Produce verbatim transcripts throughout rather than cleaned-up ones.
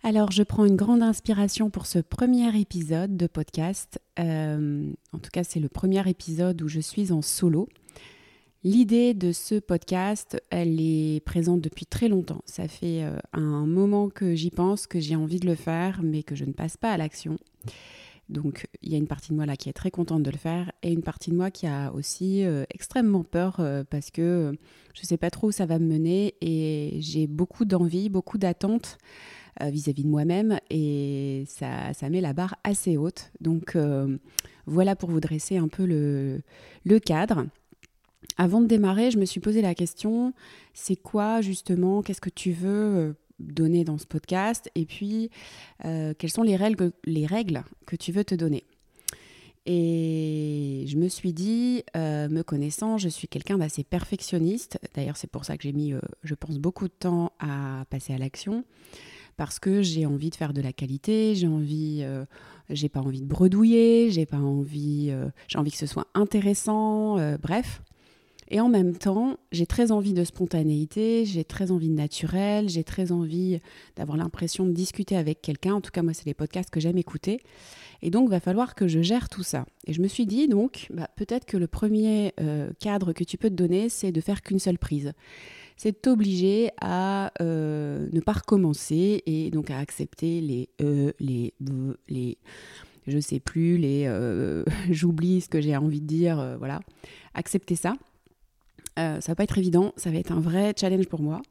Alors, je prends une grande inspiration pour ce premier épisode de podcast. Euh, en tout cas, c'est le premier épisode où je suis en solo. L'idée de ce podcast, elle est présente depuis très longtemps. Ça fait euh, un moment que j'y pense, que j'ai envie de le faire, mais que je ne passe pas à l'action. Donc, il y a une partie de moi là qui est très contente de le faire et une partie de moi qui a aussi euh, extrêmement peur euh, parce que euh, je ne sais pas trop où ça va me mener et j'ai beaucoup d'envie, beaucoup d'attentes euh, vis-à-vis de moi-même et ça, ça met la barre assez haute. Donc, euh, voilà pour vous dresser un peu le, le cadre. Avant de démarrer, je me suis posé la question, c'est quoi justement, qu'est-ce que tu veux donner dans ce podcast et puis euh, quelles sont les règles, les règles que tu veux te donner. Et je me suis dit, euh, me connaissant, je suis quelqu'un d'assez perfectionniste. D'ailleurs, c'est pour ça que j'ai mis, euh, je pense, beaucoup de temps à passer à l'action parce que j'ai envie de faire de la qualité, j'ai envie, euh, j'ai pas envie de bredouiller, j'ai pas envie, euh, j'ai envie que ce soit intéressant, euh, bref. Et en même temps, j'ai très envie de spontanéité, j'ai très envie de naturel, j'ai très envie d'avoir l'impression de discuter avec quelqu'un. En tout cas, moi, c'est les podcasts que j'aime écouter. Et donc, il va falloir que je gère tout ça. Et je me suis dit, donc, bah, peut-être que le premier euh, cadre que tu peux te donner, c'est de faire qu'une seule prise. C'est de t'obliger à euh, ne pas recommencer et donc à accepter les euh, les b, les je sais plus, les euh, j'oublie ce que j'ai envie de dire, euh, voilà. Accepter ça. Euh, ça va pas être évident, ça va être un vrai challenge pour moi.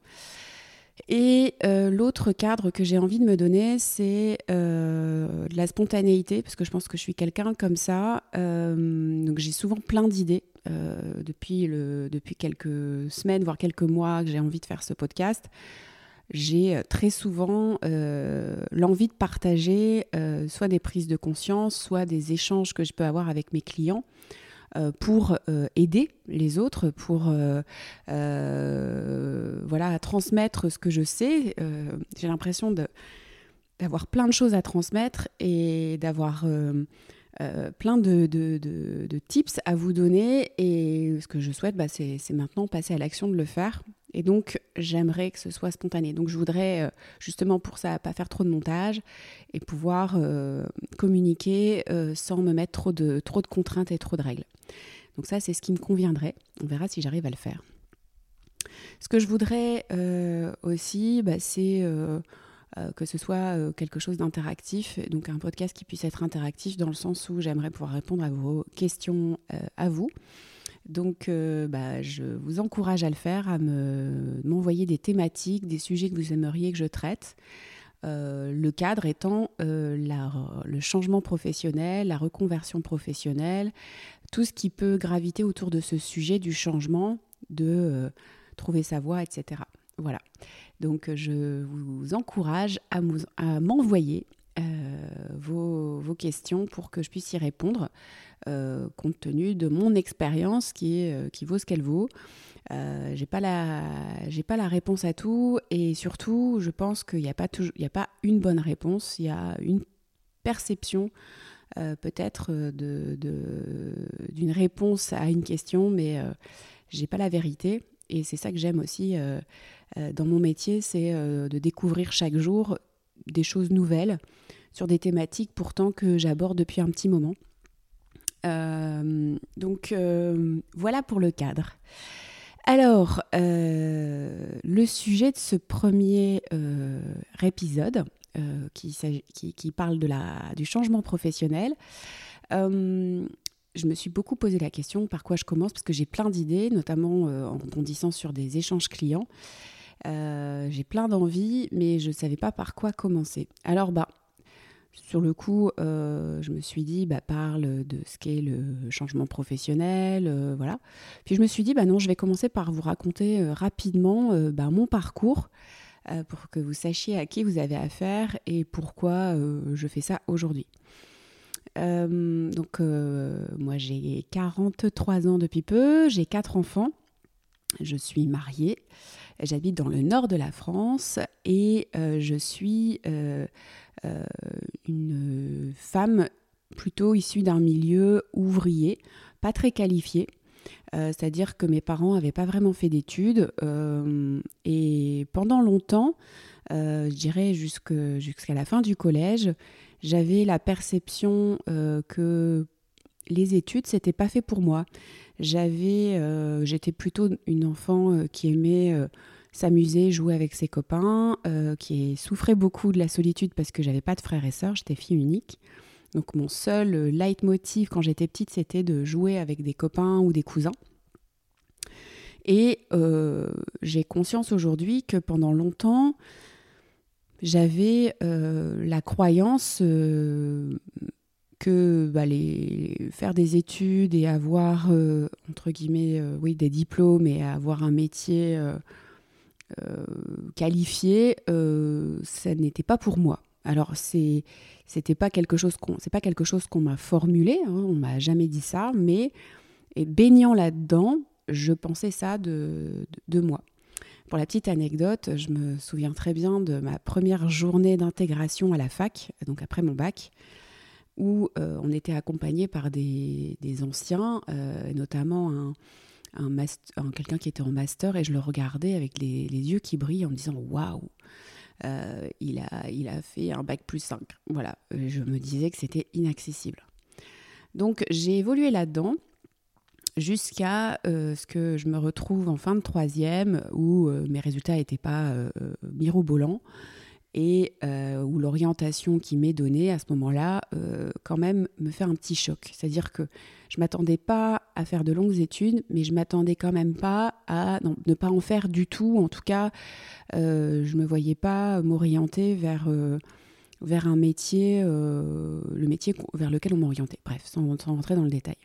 Et euh, l'autre cadre que j'ai envie de me donner, c'est euh, de la spontanéité, parce que je pense que je suis quelqu'un comme ça. Euh, donc j'ai souvent plein d'idées euh, depuis, le, depuis quelques semaines, voire quelques mois que j'ai envie de faire ce podcast. J'ai très souvent euh, l'envie de partager euh, soit des prises de conscience, soit des échanges que je peux avoir avec mes clients. Pour euh, aider les autres, pour euh, euh, voilà, transmettre ce que je sais. Euh, j'ai l'impression de, d'avoir plein de choses à transmettre et d'avoir euh, euh, plein de, de, de, de tips à vous donner. Et ce que je souhaite, bah, c'est, c'est maintenant passer à l'action de le faire. Et donc, j'aimerais que ce soit spontané. Donc, je voudrais, euh, justement pour ça, pas faire trop de montage et pouvoir euh, communiquer euh, sans me mettre trop de, trop de contraintes et trop de règles. Donc ça, c'est ce qui me conviendrait. On verra si j'arrive à le faire. Ce que je voudrais euh, aussi, bah, c'est euh, euh, que ce soit euh, quelque chose d'interactif, donc un podcast qui puisse être interactif dans le sens où j'aimerais pouvoir répondre à vos questions euh, à vous. Donc, euh, bah, je vous encourage à le faire, à me, m'envoyer des thématiques, des sujets que vous aimeriez que je traite. Euh, le cadre étant euh, la, le changement professionnel, la reconversion professionnelle, tout ce qui peut graviter autour de ce sujet du changement, de euh, trouver sa voie, et cetera. Voilà. Donc, je vous encourage à, mou- à m'envoyer euh, vos, vos questions pour que je puisse y répondre. Euh, compte tenu de mon expérience qui, est, euh, qui vaut ce qu'elle vaut. Euh, j'ai pas la, j'ai pas la réponse à tout et surtout, je pense qu'il n'y a pas, toujours, il y a pas une bonne réponse, il y a une perception euh, peut-être de, de, d'une réponse à une question, mais euh, j'ai pas la vérité. Et c'est ça que j'aime aussi euh, euh, dans mon métier, c'est euh, de découvrir chaque jour des choses nouvelles sur des thématiques pourtant que j'aborde depuis un petit moment. Euh, donc euh, voilà pour le cadre. Alors, euh, le sujet de ce premier euh, épisode euh, qui, qui, qui parle de la, du changement professionnel, euh, je me suis beaucoup posé la question par quoi je commence parce que j'ai plein d'idées, notamment euh, en rebondissant sur des échanges clients. Euh, j'ai plein d'envies, mais je ne savais pas par quoi commencer. Alors, bah, sur le coup, euh, je me suis dit, bah, parle de ce qu'est le changement professionnel, euh, voilà. Puis je me suis dit, bah non, je vais commencer par vous raconter euh, rapidement euh, bah, mon parcours euh, pour que vous sachiez à qui vous avez affaire et pourquoi euh, je fais ça aujourd'hui. Euh, donc, euh, moi, j'ai quarante-trois ans depuis peu, j'ai quatre enfants, je suis mariée, j'habite dans le nord de la France et euh, je suis... Euh, Euh, une femme plutôt issue d'un milieu ouvrier, pas très qualifié. Euh, c'est-à-dire que mes parents n'avaient pas vraiment fait d'études. Euh, et pendant longtemps, euh, je dirais jusque, jusqu'à la fin du collège, j'avais la perception euh, que les études, c'était pas fait pour moi. J'avais, euh, j'étais plutôt une enfant euh, qui aimait euh, s'amuser, jouer avec ses copains, euh, qui souffrait beaucoup de la solitude parce que j'avais pas de frères et sœurs, j'étais fille unique. Donc mon seul euh, leitmotiv quand j'étais petite, c'était de jouer avec des copains ou des cousins. Et euh, j'ai conscience aujourd'hui que pendant longtemps, j'avais euh, la croyance euh, que bah, les, faire des études et avoir, euh, entre guillemets, euh, oui, des diplômes et avoir un métier euh, euh, qualifié, euh, ça n'était pas pour moi. Alors, c'est, c'était pas quelque chose qu'on, c'est pas quelque chose qu'on m'a formulé, hein, on m'a jamais dit ça, mais et baignant là-dedans, je pensais ça de, de, de moi. Pour la petite anecdote, je me souviens très bien de ma première journée d'intégration à la fac, donc après mon bac, où euh, on était accompagné par des, des anciens, euh, notamment un, un master, un, quelqu'un qui était en master, et je le regardais avec les, les yeux qui brillent en me disant « Waouh, euh, il a, il a fait un bac plus cinq ». Voilà, je me disais que c'était inaccessible. Donc j'ai évolué là-dedans, jusqu'à euh, ce que je me retrouve en fin de troisième, où euh, mes résultats n'étaient pas euh, mirobolants, et euh, où l'orientation qui m'est donnée à ce moment-là, euh, quand même, me fait un petit choc. C'est-à-dire que je ne m'attendais pas à faire de longues études, mais je ne m'attendais quand même pas à non, ne pas en faire du tout. En tout cas, euh, je ne me voyais pas m'orienter vers... Euh, vers un métier, euh, le métier vers lequel on m'orientait. Bref, sans, sans rentrer dans le détail.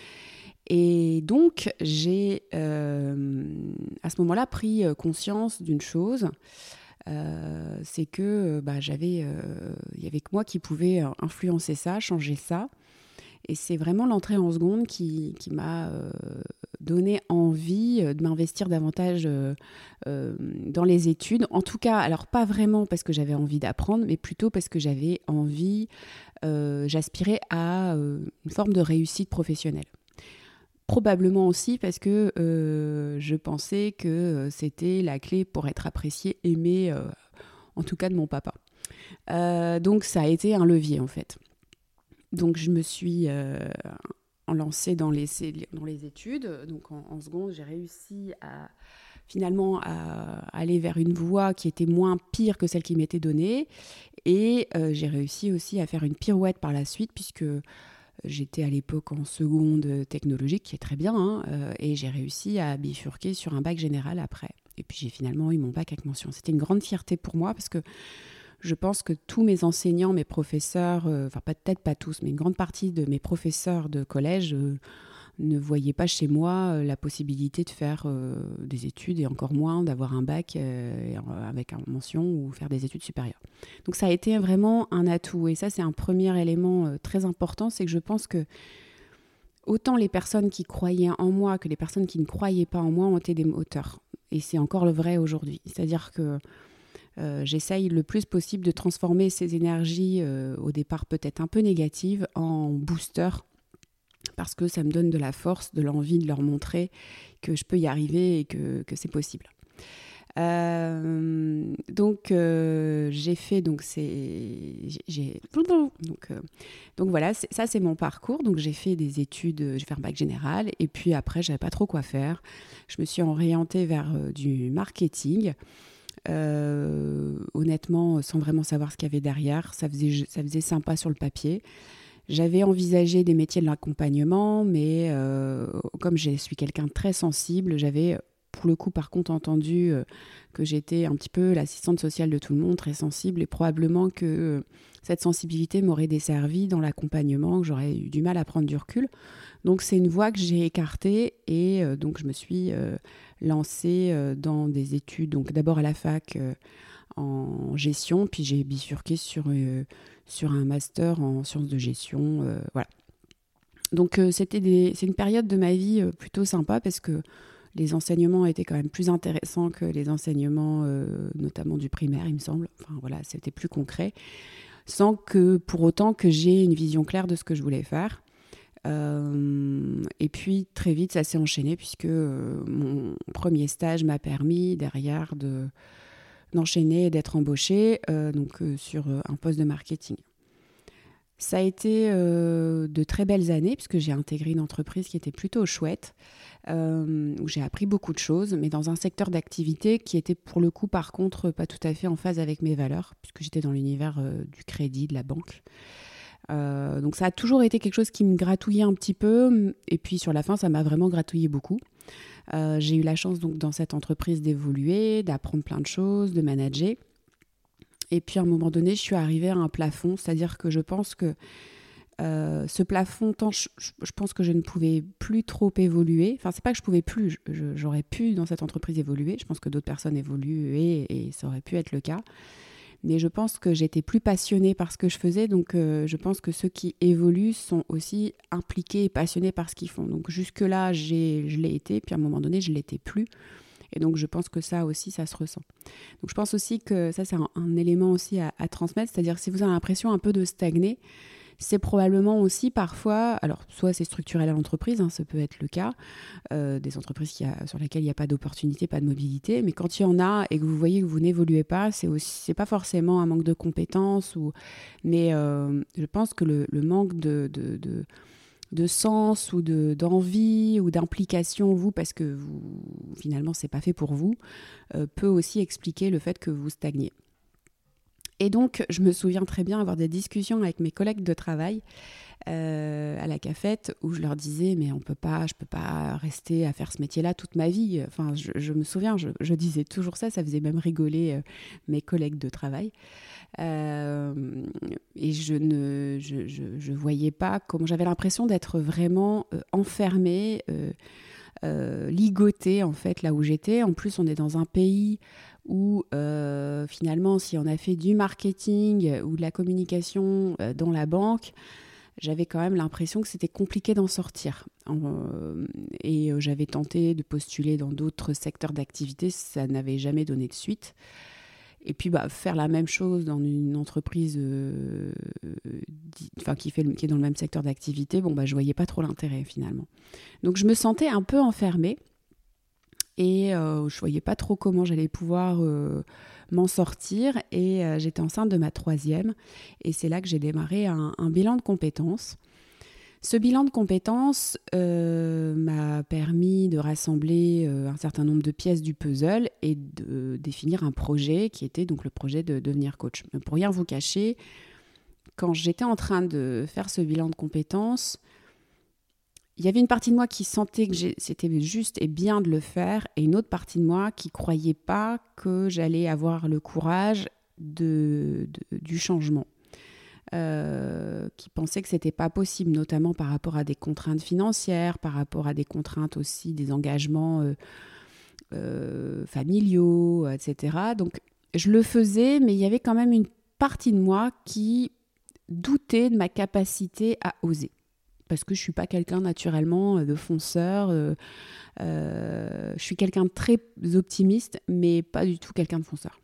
Et donc, j'ai euh, à ce moment-là pris conscience d'une chose, euh, c'est que bah, j'avais, euh, il y avait que moi qui pouvais influencer ça, changer ça. Et c'est vraiment l'entrée en seconde qui, qui m'a euh, donné envie de m'investir davantage euh, euh, dans les études. En tout cas, alors pas vraiment parce que j'avais envie d'apprendre, mais plutôt parce que j'avais envie, euh, j'aspirais à euh, une forme de réussite professionnelle. Probablement aussi parce que euh, je pensais que euh, c'était la clé pour être appréciée, aimée, euh, en tout cas de mon papa. Euh, donc ça a été un levier en fait. Donc je me suis euh, lancée dans les, dans les études. Donc en, en seconde, j'ai réussi à finalement à aller vers une voie qui était moins pire que celle qui m'était donnée. Et euh, j'ai réussi aussi à faire une pirouette par la suite puisque j'étais à l'époque en seconde technologique, qui est très bien, hein, euh, et j'ai réussi à bifurquer sur un bac général après. Et puis j'ai finalement eu mon bac avec mention. C'était une grande fierté pour moi parce que je pense que tous mes enseignants, mes professeurs, euh, enfin peut-être pas tous, mais une grande partie de mes professeurs de collège euh, ne voyaient pas chez moi euh, la possibilité de faire euh, des études et encore moins d'avoir un bac euh, avec une mention ou faire des études supérieures. Donc ça a été vraiment un atout. Et ça, c'est un premier élément euh, très important, c'est que je pense que autant les personnes qui croyaient en moi que les personnes qui ne croyaient pas en moi ont été des moteurs. Et c'est encore le vrai aujourd'hui. C'est-à-dire que Euh, j'essaye le plus possible de transformer ces énergies, euh, au départ peut-être un peu négatives, en booster, parce que ça me donne de la force, de l'envie de leur montrer que je peux y arriver et que, que c'est possible. Euh, donc euh, j'ai fait donc c'est j'ai donc euh, donc voilà c'est, ça c'est mon parcours. Donc j'ai fait des études, j'ai fait un bac général et puis après j'avais pas trop quoi faire. Je me suis orientée vers euh, du marketing. Euh, honnêtement, sans vraiment savoir ce qu'il y avait derrière, ça faisait, ça faisait sympa sur le papier. J'avais envisagé des métiers de l'accompagnement, mais euh, comme je suis quelqu'un de très sensible, j'avais pour le coup par contre entendu euh, que j'étais un petit peu l'assistante sociale de tout le monde, très sensible, et probablement que euh, cette sensibilité m'aurait desservi dans l'accompagnement, que j'aurais eu du mal à prendre du recul. Donc c'est une voie que j'ai écartée et euh, donc je me suis euh, lancée euh, dans des études, donc d'abord à la fac euh, en gestion, puis j'ai bifurqué sur, euh, sur un master en sciences de gestion. Euh, voilà. Donc euh, c'était des, c'est une période de ma vie euh, plutôt sympa parce que les enseignements étaient quand même plus intéressants que les enseignements euh, notamment du primaire, il me semble. Enfin voilà, c'était plus concret, sans que pour autant que j'ai une vision claire de ce que je voulais faire. Euh, et puis très vite, ça s'est enchaîné puisque euh, mon premier stage m'a permis derrière de, d'enchaîner et d'être embauchée euh, donc, euh, sur un poste de marketing. Ça a été euh, de très belles années puisque j'ai intégré une entreprise qui était plutôt chouette, euh, où j'ai appris beaucoup de choses, mais dans un secteur d'activité qui était pour le coup par contre pas tout à fait en phase avec mes valeurs, puisque j'étais dans l'univers euh, du crédit, de la banque. Euh, donc ça a toujours été quelque chose qui me gratouillait un petit peu, et puis sur la fin ça m'a vraiment gratouillé beaucoup. Euh, j'ai eu la chance donc dans cette entreprise d'évoluer, d'apprendre plein de choses, de manager. Et puis à un moment donné, je suis arrivée à un plafond, c'est-à-dire que je pense que euh, ce plafond, tant je, je pense que je ne pouvais plus trop évoluer. Enfin, c'est pas que je pouvais plus, je, j'aurais pu dans cette entreprise évoluer. Je pense que d'autres personnes évoluent et, et ça aurait pu être le cas. Mais je pense que j'étais plus passionnée par ce que je faisais, donc euh, je pense que ceux qui évoluent sont aussi impliqués et passionnés par ce qu'ils font. Donc jusque-là, j'ai, je l'ai été, puis à un moment donné, je ne l'étais plus. Et donc, je pense que ça aussi, ça se ressent. Donc, je pense aussi que ça, c'est un, un élément aussi à, à transmettre. C'est-à-dire, si vous avez l'impression un peu de stagner, c'est probablement aussi parfois, alors soit c'est structurel à l'entreprise, hein, ça peut être le cas, euh, des entreprises qui a, sur lesquelles il n'y a pas d'opportunité, pas de mobilité, mais quand il y en a et que vous voyez que vous n'évoluez pas, c'est aussi, c'est pas forcément un manque de compétences, ou, mais euh, je pense que le, le manque de... de, de de sens ou de, d'envie ou d'implication, vous, parce que vous, finalement, c'est pas fait pour vous, euh, peut aussi expliquer le fait que vous stagnez. Et donc, je me souviens très bien avoir des discussions avec mes collègues de travail euh, à la cafette où je leur disais, mais on peut pas, je peux pas rester à faire ce métier-là toute ma vie. Enfin, je, je me souviens, je, je disais toujours ça, ça faisait même rigoler euh, mes collègues de travail. Euh, et je ne je, je, je voyais pas comment, j'avais l'impression d'être vraiment euh, enfermée, euh, euh, ligotée en fait là où j'étais. En plus, on est dans un pays où euh, finalement, si on a fait du marketing ou de la communication euh, dans la banque, j'avais quand même l'impression que c'était compliqué d'en sortir. Euh, et euh, j'avais tenté de postuler dans d'autres secteurs d'activité, ça n'avait jamais donné de suite. Et puis bah, faire la même chose dans une entreprise euh, dit, qui, fait, qui est dans le même secteur d'activité, bon, bah, je ne voyais pas trop l'intérêt finalement. Donc je me sentais un peu enfermée et euh, je ne voyais pas trop comment j'allais pouvoir euh, m'en sortir. Et euh, j'étais enceinte de ma troisième et c'est là que j'ai démarré un, un bilan de compétences. Ce bilan de compétences euh, m'a permis de rassembler euh, un certain nombre de pièces du puzzle et de définir un projet qui était donc le projet de devenir coach. Mais pour rien vous cacher, quand j'étais en train de faire ce bilan de compétences, il y avait une partie de moi qui sentait que j'ai, c'était juste et bien de le faire et une autre partie de moi qui ne croyait pas que j'allais avoir le courage de, de, du changement. Euh, qui pensaient que c'était pas possible, notamment par rapport à des contraintes financières, par rapport à des contraintes aussi des engagements euh, euh, familiaux, et cetera. Donc je le faisais, mais il y avait quand même une partie de moi qui doutait de ma capacité à oser. Parce que je suis pas quelqu'un naturellement de fonceur, euh, euh, je suis quelqu'un de très optimiste, mais pas du tout quelqu'un de fonceur.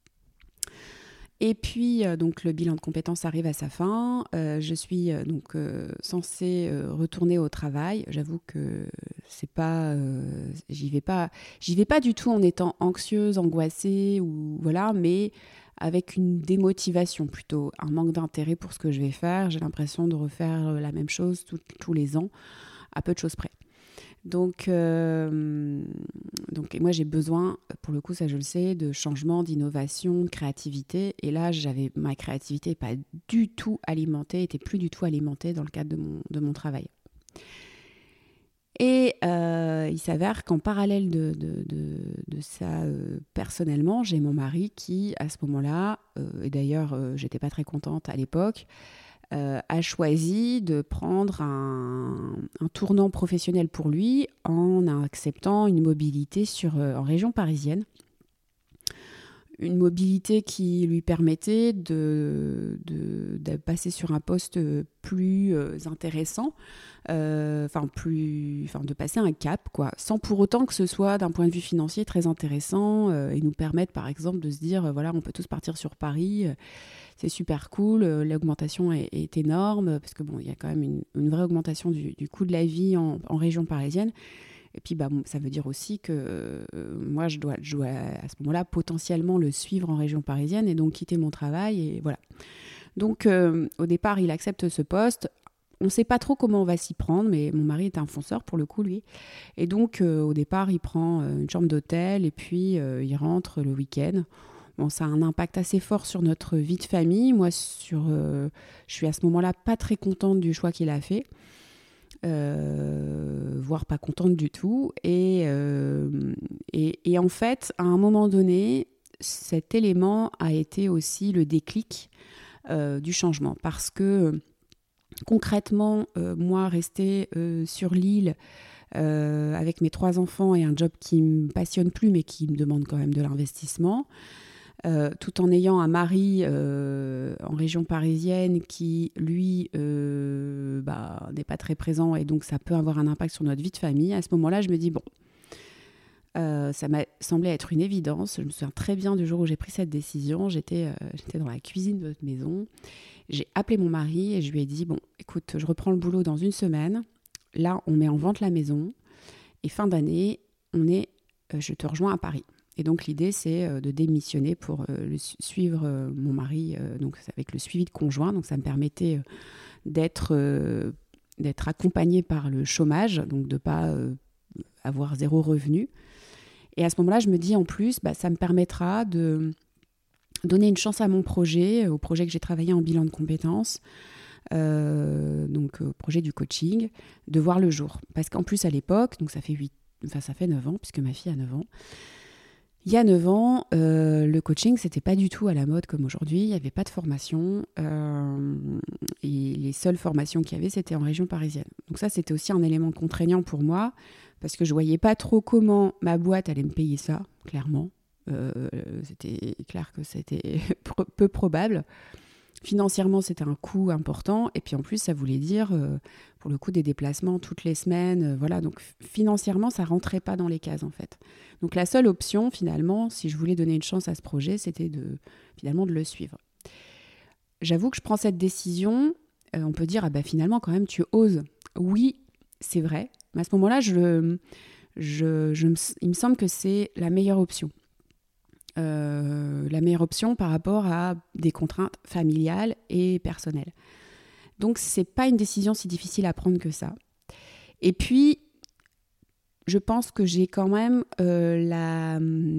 Et puis, euh, donc, le bilan de compétences arrive à sa fin. Euh, je suis euh, donc euh, censée euh, retourner au travail. J'avoue que c'est pas, euh, j'y vais pas, j'y vais pas du tout en étant anxieuse, angoissée ou voilà, mais avec une démotivation plutôt, un manque d'intérêt pour ce que je vais faire. J'ai l'impression de refaire la même chose tout, tous les ans, à peu de choses près. Donc, euh, donc, et moi, j'ai besoin, pour le coup, ça je le sais, de changement, d'innovation, de créativité. Et là, j'avais, ma créativité n'est pas du tout alimentée, n'était plus du tout alimentée dans le cadre de mon, de mon travail. Et euh, il s'avère qu'en parallèle de, de, de, de ça, euh, personnellement, j'ai mon mari qui, à ce moment-là, euh, et d'ailleurs, euh, j'étais pas très contente à l'époque, Euh, a choisi de prendre un, un tournant professionnel pour lui en acceptant une mobilité sur, euh, en région parisienne. une mobilité qui lui permettait de, de, de passer sur un poste plus euh, intéressant, euh, enfin plus, enfin de passer un cap, quoi, sans pour autant que ce soit d'un point de vue financier très intéressant euh, et nous permettre par exemple de se dire, euh, voilà, on peut tous partir sur Paris, euh, c'est super cool, euh, l'augmentation est, est énorme, parce que bon, il y a quand même une, une vraie augmentation du, du coût de la vie en, en région parisienne. Et puis, bah, ça veut dire aussi que euh, moi, je dois, je dois à ce moment-là potentiellement le suivre en région parisienne et donc quitter mon travail. Et voilà. Donc, euh, au départ, il accepte ce poste. On ne sait pas trop comment on va s'y prendre, mais mon mari est un fonceur pour le coup, lui. Et donc, euh, au départ, il prend euh, une chambre d'hôtel et puis euh, il rentre le week-end. Bon, ça a un impact assez fort sur notre vie de famille. Moi, sur, euh, je suis à ce moment-là pas très contente du choix qu'il a fait. Euh, voire pas contente du tout. Et, euh, et, et en fait, à un moment donné, cet élément a été aussi le déclic euh, du changement. Parce que concrètement, euh, moi, rester euh, sur l'île euh, avec mes trois enfants et un job qui ne me passionne plus, mais qui me demande quand même de l'investissement, Euh, tout en ayant un mari euh, en région parisienne qui, lui, euh, bah, n'est pas très présent et donc ça peut avoir un impact sur notre vie de famille. À ce moment-là, je me dis, bon, euh, ça m'a semblé être une évidence. Je me souviens très bien du jour où j'ai pris cette décision. J'étais, euh, j'étais dans la cuisine de notre maison. J'ai appelé mon mari et je lui ai dit, bon, écoute, je reprends le boulot dans une semaine. Là, on met en vente la maison et fin d'année, on est, euh, je te rejoins à Paris. Et donc, l'idée, c'est euh, de démissionner pour euh, le su- suivre euh, mon mari, euh, donc avec le suivi de conjoint. Donc, ça me permettait euh, d'être, euh, d'être accompagnée par le chômage, donc de ne pas euh, avoir zéro revenu. Et à ce moment-là, je me dis en plus, bah, ça me permettra de donner une chance à mon projet, au projet que j'ai travaillé en bilan de compétences, euh, donc au projet du coaching, de voir le jour. Parce qu'en plus, à l'époque, donc ça fait huit, enfin ça fait neuf ans, puisque ma fille a neuf ans, il y a neuf ans, euh, le coaching, c'était pas du tout à la mode comme aujourd'hui. Il n'y avait pas de formation. Euh, et les seules formations qu'il y avait, c'était en région parisienne. Donc ça, c'était aussi un élément contraignant pour moi, parce que je voyais pas trop comment ma boîte allait me payer ça, clairement. Euh, c'était clair que c'était peu probable. Financièrement, c'était un coût important. Et puis en plus, ça voulait dire, euh, pour le coup, des déplacements toutes les semaines. Euh, voilà. Donc financièrement, ça rentrait pas dans les cases, en fait. Donc la seule option, finalement, si je voulais donner une chance à ce projet, c'était de, finalement de le suivre. J'avoue que je prends cette décision. Euh, on peut dire, ah bah, finalement, quand même, tu oses. Oui, c'est vrai. Mais à ce moment-là, je, je, je, il me semble que c'est la meilleure option. Euh, la meilleure option par rapport à des contraintes familiales et personnelles. Donc, c'est pas une décision si difficile à prendre que ça. Et puis, je pense que j'ai quand même euh, la...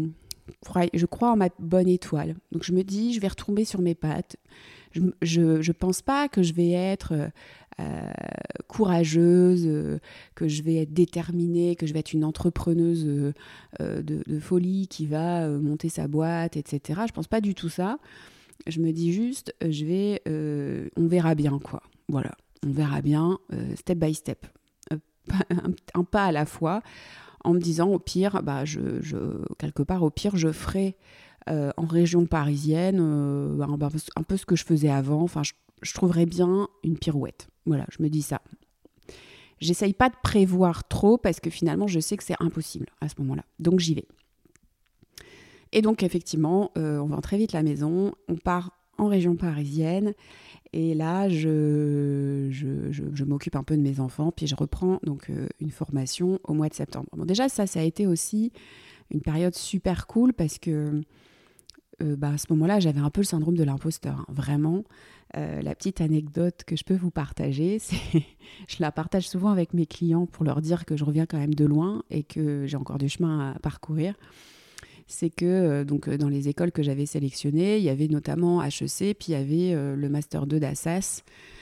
Je crois en ma bonne étoile. Donc, je me dis, je vais retomber sur mes pattes. Je, je, je pense pas que je vais être euh, courageuse, euh, que je vais être déterminée, que je vais être une entrepreneuse euh, de, de folie qui va euh, monter sa boîte, et cetera. Je pense pas du tout ça. Je me dis juste, je vais, euh, on verra bien, quoi. Voilà, on verra bien, euh, step by step, euh, un, un pas à la fois, en me disant, au pire, bah, je, je, quelque part, au pire, je ferai Euh, en région parisienne, euh, un, un peu ce que je faisais avant. Enfin, je, je trouverais bien une pirouette. Voilà, je me dis ça. J'essaye pas de prévoir trop parce que finalement, je sais que c'est impossible à ce moment-là. Donc, j'y vais. Et donc, effectivement, euh, on vend très vite la maison. On part en région parisienne. Et là, je, je, je, je m'occupe un peu de mes enfants. Puis, je reprends donc euh, une formation au mois de septembre. Bon, déjà, ça, ça a été aussi une période super cool parce que Euh, bah, à ce moment-là, j'avais un peu le syndrome de l'imposteur, hein, vraiment. Euh, la petite anecdote que je peux vous partager, c'est je la partage souvent avec mes clients pour leur dire que je reviens quand même de loin et que j'ai encore du chemin à parcourir. C'est que euh, donc, dans les écoles que j'avais sélectionnées, il y avait notamment H E C, puis il y avait euh, le Master deux d'Assas.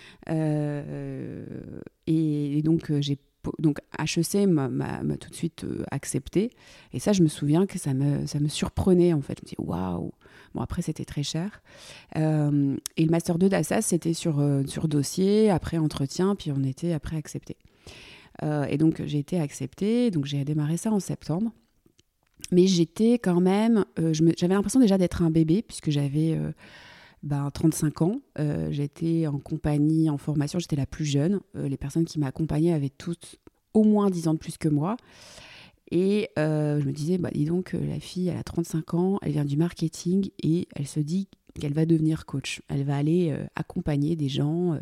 Euh, et, et donc, euh, j'ai Donc H E C m'a, m'a, m'a tout de suite euh, accepté. Et ça, je me souviens que ça me, ça me surprenait en fait. Je me dis waouh. Bon, après, c'était très cher. Euh, et le Master deux d'Assas, c'était sur, euh, sur dossier, après entretien, puis on était après accepté. Euh, et donc, j'ai été acceptée. Donc, j'ai démarré ça en septembre. Mais j'étais quand même, euh, je me, j'avais l'impression déjà d'être un bébé, puisque j'avais euh, ben, trente-cinq ans. Euh, j'étais en compagnie, en formation, j'étais la plus jeune. Euh, les personnes qui m'accompagnaient avaient toutes au moins dix ans de plus que moi. Et euh, je me disais, bah, dis donc, la fille, elle a trente-cinq ans, elle vient du marketing et elle se dit qu'elle va devenir coach. Elle va aller euh, accompagner des gens euh,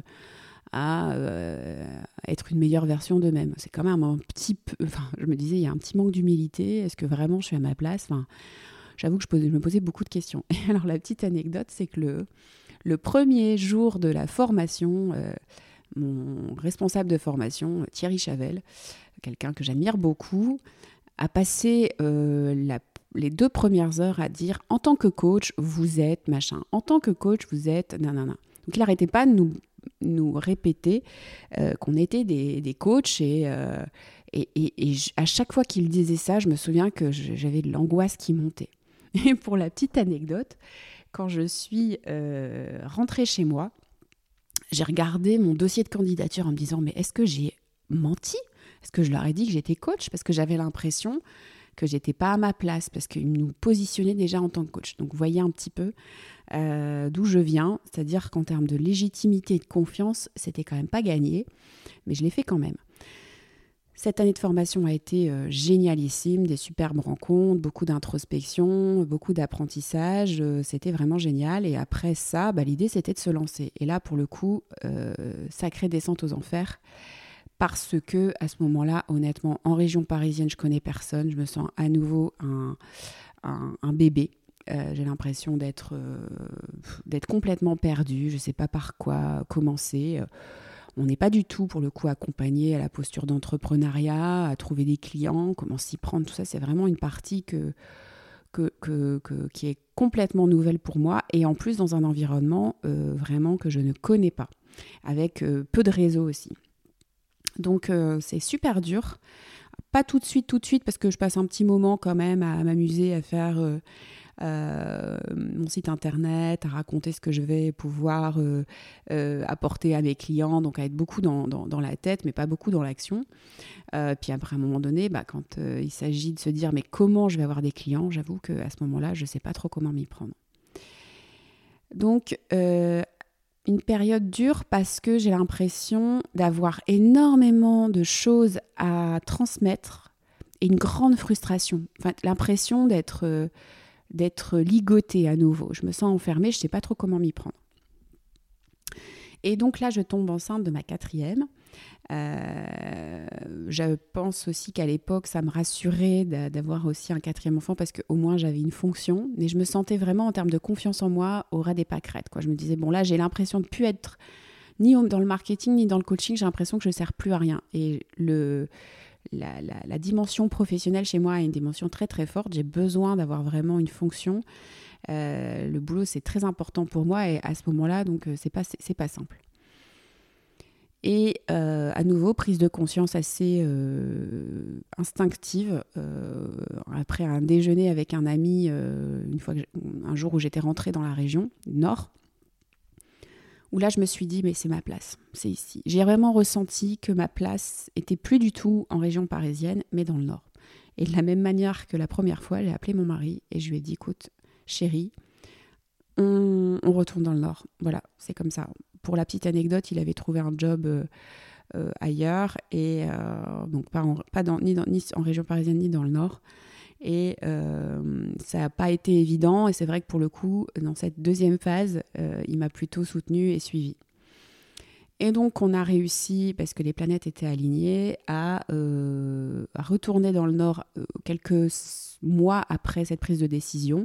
à euh, être une meilleure version d'eux-mêmes. C'est quand même un petit peu... Enfin, je me disais, il y a un petit manque d'humilité. Est-ce que vraiment je suis à ma place? Enfin, j'avoue que je, posais, je me posais beaucoup de questions. Et alors, la petite anecdote, c'est que le, le premier jour de la formation, euh, mon responsable de formation, Thierry Chavel, quelqu'un que j'admire beaucoup, a passé euh, la, les deux premières heures à dire « En tant que coach, vous êtes machin. En tant que coach, vous êtes nanana. » Donc, il n'arrêtait pas de nous, nous répéter euh, qu'on était des, des coachs. Et, euh, et, et, et à chaque fois qu'il disait ça, je me souviens que j'avais de l'angoisse qui montait. Et pour la petite anecdote, quand je suis euh, rentrée chez moi, j'ai regardé mon dossier de candidature en me disant « Mais est-ce que j'ai menti ? Est-ce que je leur ai dit que j'étais coach ?» Parce que j'avais l'impression que j'étais pas à ma place, parce qu'ils nous positionnaient déjà en tant que coach. Donc, vous voyez un petit peu euh, d'où je viens. C'est-à-dire qu'en termes de légitimité et de confiance, c'était quand même pas gagné, mais je l'ai fait quand même. Cette année de formation a été euh, génialissime, des superbes rencontres, beaucoup d'introspection, beaucoup d'apprentissage. Euh, c'était vraiment génial. Et après ça, bah, l'idée, c'était de se lancer. Et là, pour le coup, euh, sacrée descente aux enfers. Parce que à ce moment-là, honnêtement, en région parisienne, je connais personne. Je me sens à nouveau un, un, un bébé. Euh, j'ai l'impression d'être, euh, d'être complètement perdue. Je ne sais pas par quoi commencer. On n'est pas du tout, pour le coup, accompagné à la posture d'entrepreneuriat, à trouver des clients, comment s'y prendre. Tout ça, c'est vraiment une partie que, que, que, que, qui est complètement nouvelle pour moi. Et en plus, dans un environnement euh, vraiment que je ne connais pas, avec euh, peu de réseaux aussi. Donc, euh, c'est super dur. Pas tout de suite, tout de suite, parce que je passe un petit moment quand même à, à m'amuser, à faire euh, euh, mon site internet, à raconter ce que je vais pouvoir euh, euh, apporter à mes clients, donc à être beaucoup dans, dans, dans la tête, mais pas beaucoup dans l'action. Euh, puis après, à un moment donné, bah, quand euh, il s'agit de se dire « mais comment je vais avoir des clients ?» J'avoue qu'à ce moment-là, je ne sais pas trop comment m'y prendre. Donc, euh, une période dure parce que j'ai l'impression d'avoir énormément de choses à transmettre et une grande frustration. Enfin, l'impression d'être, euh, d'être ligotée à nouveau. Je me sens enfermée, je ne sais pas trop comment m'y prendre. Et donc là, je tombe enceinte de ma quatrième. Euh, je pense aussi qu'à l'époque, ça me rassurait d'avoir aussi un quatrième enfant parce qu'au moins j'avais une fonction. Mais je me sentais vraiment, en termes de confiance en moi, au ras des pâquerettes, quoi. Je me disais, bon là, j'ai l'impression de ne plus être ni dans le marketing, ni dans le coaching. J'ai l'impression que je ne sers plus à rien. Et le, la, la, la dimension professionnelle chez moi a une dimension très très forte. J'ai besoin d'avoir vraiment une fonction. Euh, le boulot, c'est très important pour moi. Et à ce moment-là, donc, c'est pas, c'est, c'est pas simple. Et euh, à nouveau, prise de conscience assez euh, instinctive. Euh, après un déjeuner avec un ami, euh, une fois que un jour où j'étais rentrée dans la région Nord, où là je me suis dit, mais c'est ma place, c'est ici. J'ai vraiment ressenti que ma place était plus du tout en région parisienne, mais dans le Nord. Et de la même manière que la première fois, j'ai appelé mon mari et je lui ai dit, écoute, chérie, on, on retourne dans le Nord. Voilà, c'est comme ça. Pour la petite anecdote, il avait trouvé un job euh, euh, ailleurs, et euh, donc pas, en, pas dans, ni, dans, ni en région parisienne ni dans le Nord. Et euh, ça n'a pas été évident. Et c'est vrai que pour le coup, dans cette deuxième phase, euh, il m'a plutôt soutenue et suivie. Et donc, on a réussi, parce que les planètes étaient alignées, à, euh, à retourner dans le Nord euh, quelques mois après cette prise de décision.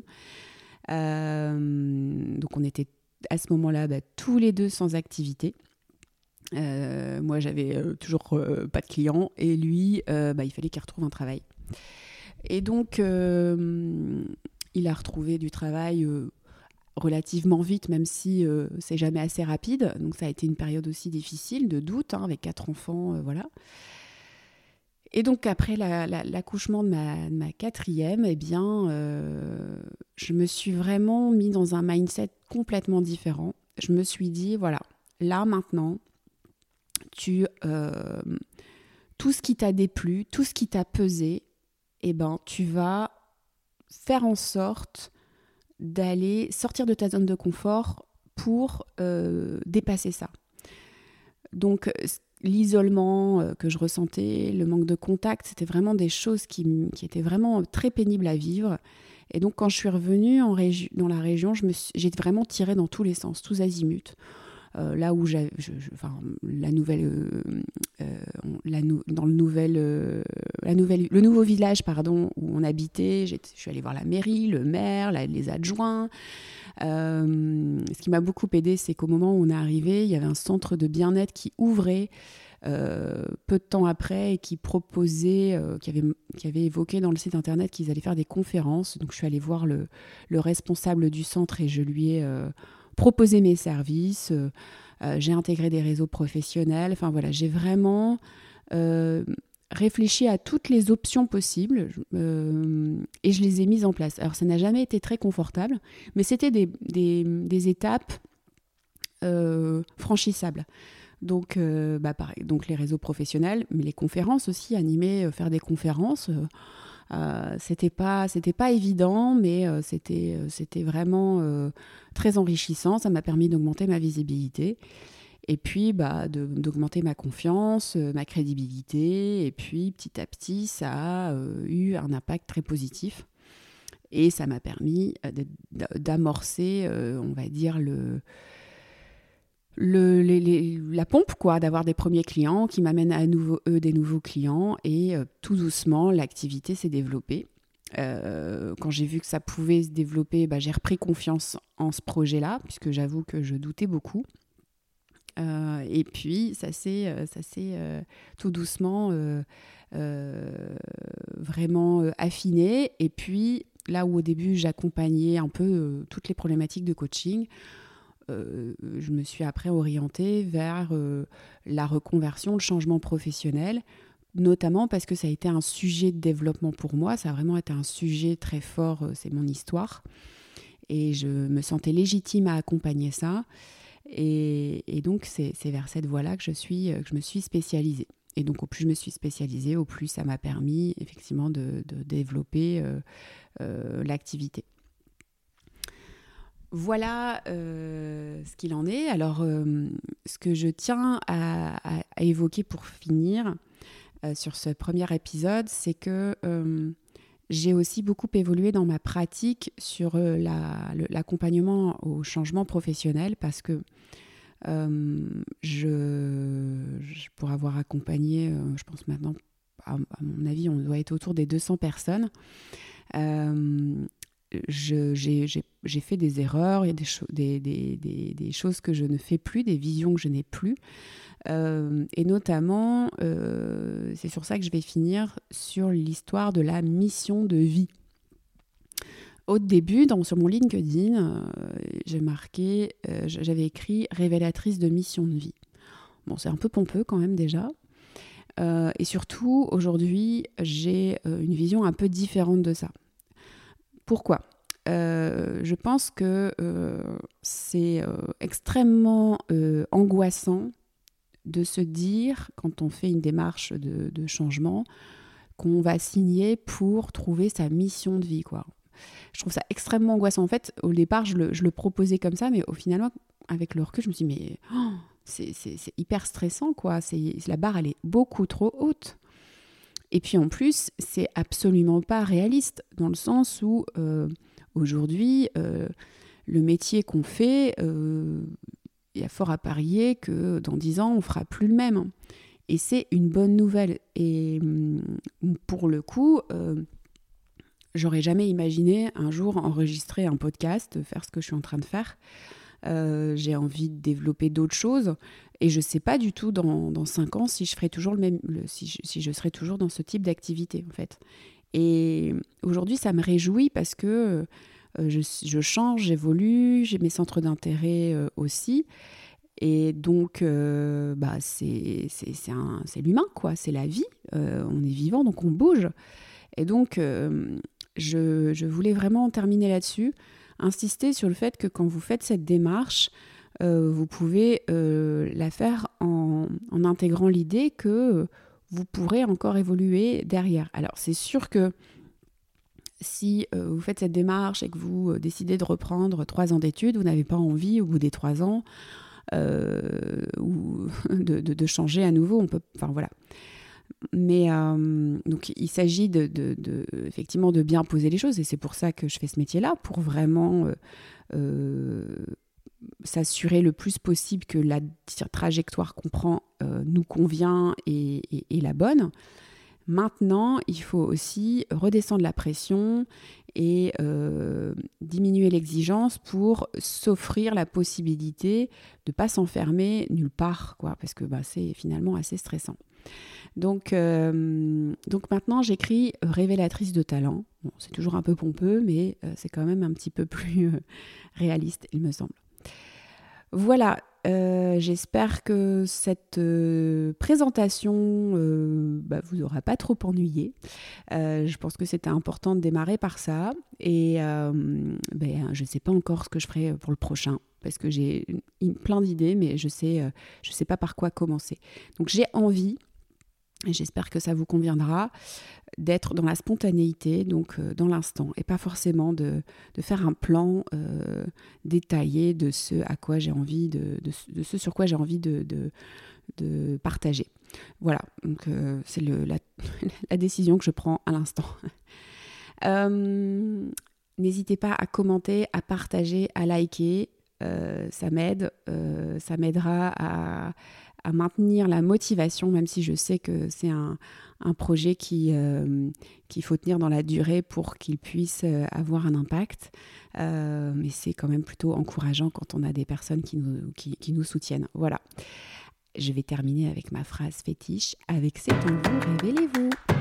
Euh, donc, on était à ce moment-là, bah, tous les deux sans activité. Euh, moi, j'avais euh, toujours euh, pas de clients, et lui, euh, bah, il fallait qu'il retrouve un travail. Et donc, euh, il a retrouvé du travail euh, relativement vite, même si euh, c'est jamais assez rapide. Donc, ça a été une période aussi difficile, de doute, hein, avec quatre enfants, euh, voilà. Et donc, après la, la, l'accouchement de ma, de ma quatrième, eh bien, euh, je me suis vraiment mis dans un mindset complètement différent. Je me suis dit, voilà, là, maintenant, tu, euh, tout ce qui t'a déplu, tout ce qui t'a pesé, eh ben, tu vas faire en sorte d'aller sortir de ta zone de confort pour euh, dépasser ça. Donc, l'isolement euh, que je ressentais, le manque de contact, c'était vraiment des choses qui, qui étaient vraiment très pénibles à vivre. Et donc, quand je suis revenue en régi- dans la région, je me suis, j'ai vraiment tiré dans tous les sens, tous azimuts. Euh, là où j'ai, je, je, enfin, la nouvelle, euh, euh, la nou, dans le nouvel, euh, la nouvelle, le nouveau village, pardon, où on habitait, je suis allée voir la mairie, le maire, la, les adjoints. Euh, ce qui m'a beaucoup aidée, c'est qu'au moment où on est arrivé, il y avait un centre de bien-être qui ouvrait euh, peu de temps après et qui proposait, euh, qui avait, qui avait évoqué dans le site internet qu'ils allaient faire des conférences. Donc je suis allée voir le, le responsable du centre et je lui ai euh, proposé mes services. Euh, euh, j'ai intégré des réseaux professionnels. Enfin voilà, j'ai vraiment euh, réfléchi à toutes les options possibles euh, et je les ai mises en place. Alors ça n'a jamais été très confortable, mais c'était des, des, des étapes euh, franchissables. Donc, euh, bah, pareil, donc les réseaux professionnels, mais les conférences aussi, animer, euh, faire des conférences, euh, euh, c'était pas, c'était pas évident, mais euh, c'était, euh, c'était vraiment euh, très enrichissant. Ça m'a permis d'augmenter ma visibilité et puis bah, de, d'augmenter ma confiance, euh, ma crédibilité. Et puis petit à petit, ça a euh, eu un impact très positif et ça m'a permis euh, de, d'amorcer, euh, on va dire le Le, les, les, la pompe, quoi, d'avoir des premiers clients qui m'amènent à nouveau, eux des nouveaux clients et euh, tout doucement, l'activité s'est développée. Euh, quand j'ai vu que ça pouvait se développer, bah, j'ai repris confiance en ce projet-là, puisque j'avoue que je doutais beaucoup. Euh, et puis, ça s'est, ça s'est euh, tout doucement euh, euh, vraiment euh, affiné. Et puis, là où au début, j'accompagnais un peu euh, toutes les problématiques de coaching, Euh, je me suis après orientée vers euh, la reconversion, le changement professionnel, notamment parce que ça a été un sujet de développement pour moi, ça a vraiment été un sujet très fort, euh, c'est mon histoire, et je me sentais légitime à accompagner ça, et, et donc c'est, c'est vers cette voie-là que je, suis, que je me suis spécialisée. Et donc au plus je me suis spécialisée, au plus ça m'a permis effectivement de, de développer euh, euh, l'activité. Voilà euh, ce qu'il en est. Alors, euh, ce que je tiens à, à, à évoquer pour finir euh, sur ce premier épisode, c'est que euh, j'ai aussi beaucoup évolué dans ma pratique sur euh, la, le, l'accompagnement au changement professionnel parce que euh, je, je, pour avoir accompagné, euh, je pense maintenant, à, à mon avis, on doit être autour des deux cents personnes. Euh, Je, j'ai, j'ai, j'ai fait des erreurs, il y a des, cho- des, des, des, des choses que je ne fais plus, des visions que je n'ai plus. Euh, et notamment, euh, c'est sur ça que je vais finir, sur l'histoire de la mission de vie. Au début, dans, sur mon LinkedIn, euh, j'ai marqué, euh, j'avais écrit « révélatrice de mission de vie ». Bon, c'est un peu pompeux quand même déjà. Euh, et surtout, aujourd'hui, j'ai euh, une vision un peu différente de ça. Pourquoi ? euh, Je pense que euh, c'est euh, extrêmement euh, angoissant de se dire, quand on fait une démarche de, de changement, qu'on va signer pour trouver sa mission de vie, quoi. Je trouve ça extrêmement angoissant. En fait, au départ, je le, je le proposais comme ça, mais au final, avec le recul, je me suis dit, mais oh, c'est, c'est, c'est hyper stressant, quoi. C'est, la barre, elle est beaucoup trop haute. Et puis en plus, c'est absolument pas réaliste, dans le sens où euh, aujourd'hui, euh, le métier qu'on fait, euh, il y a fort à parier que dans dix ans, on ne fera plus le même. Et c'est une bonne nouvelle. Et pour le coup, euh, j'aurais jamais imaginé un jour enregistrer un podcast, faire ce que je suis en train de faire. Euh, j'ai envie de développer d'autres choses et je ne sais pas du tout dans, dans cinq ans si je ferai toujours le même, le, si, je, si je serai toujours dans ce type d'activité en fait. Et aujourd'hui, ça me réjouit parce que euh, je, je change, j'évolue, j'ai mes centres d'intérêt euh, aussi. Et donc, euh, bah, c'est, c'est, c'est, un, c'est l'humain, quoi. C'est la vie. Euh, on est vivant, donc on bouge. Et donc, euh, je, je voulais vraiment terminer là-dessus. Insister sur le fait que quand vous faites cette démarche, euh, vous pouvez euh, la faire en, en intégrant l'idée que vous pourrez encore évoluer derrière. Alors, c'est sûr que Si euh, vous faites cette démarche et que vous euh, décidez de reprendre trois ans d'études, vous n'avez pas envie au bout des trois ans euh, ou de, de, de changer à nouveau. On peut, enfin voilà. Mais euh, donc il s'agit de, de, de, effectivement de bien poser les choses et c'est pour ça que je fais ce métier-là, pour vraiment euh, euh, s'assurer le plus possible que la trajectoire qu'on prend euh, nous convient et, et, et la bonne. Maintenant, il faut aussi redescendre la pression et euh, diminuer l'exigence pour s'offrir la possibilité de ne pas s'enfermer nulle part, quoi, parce que bah, c'est finalement assez stressant. Donc, euh, donc maintenant, j'écris révélatrice de talent. Bon, c'est toujours un peu pompeux, mais euh, c'est quand même un petit peu plus euh, réaliste, il me semble. Voilà, euh, j'espère que cette euh, présentation euh, bah, vous aura pas trop ennuyé. Euh, je pense que c'était important de démarrer par ça. Et euh, ben, je ne sais pas encore ce que je ferai pour le prochain, parce que j'ai une, plein d'idées, mais je sais, euh, je sais pas par quoi commencer. Donc j'ai envie, et j'espère que ça vous conviendra, d'être dans la spontanéité, donc euh, dans l'instant, et pas forcément de, de faire un plan euh, détaillé de ce à quoi j'ai envie de, de, de ce sur quoi j'ai envie de, de, de partager. Voilà, donc euh, c'est le, la, la décision que je prends à l'instant. euh, n'hésitez pas à commenter, à partager, à liker, euh, ça m'aide, euh, ça m'aidera à à maintenir la motivation, même si je sais que c'est un, un projet qui, euh, qu'il faut tenir dans la durée pour qu'il puisse euh, avoir un impact. Euh, mais c'est quand même plutôt encourageant quand on a des personnes qui nous, qui, qui nous soutiennent. Voilà. Je vais terminer avec ma phrase fétiche. Avec C'est en vous, révélez-vous.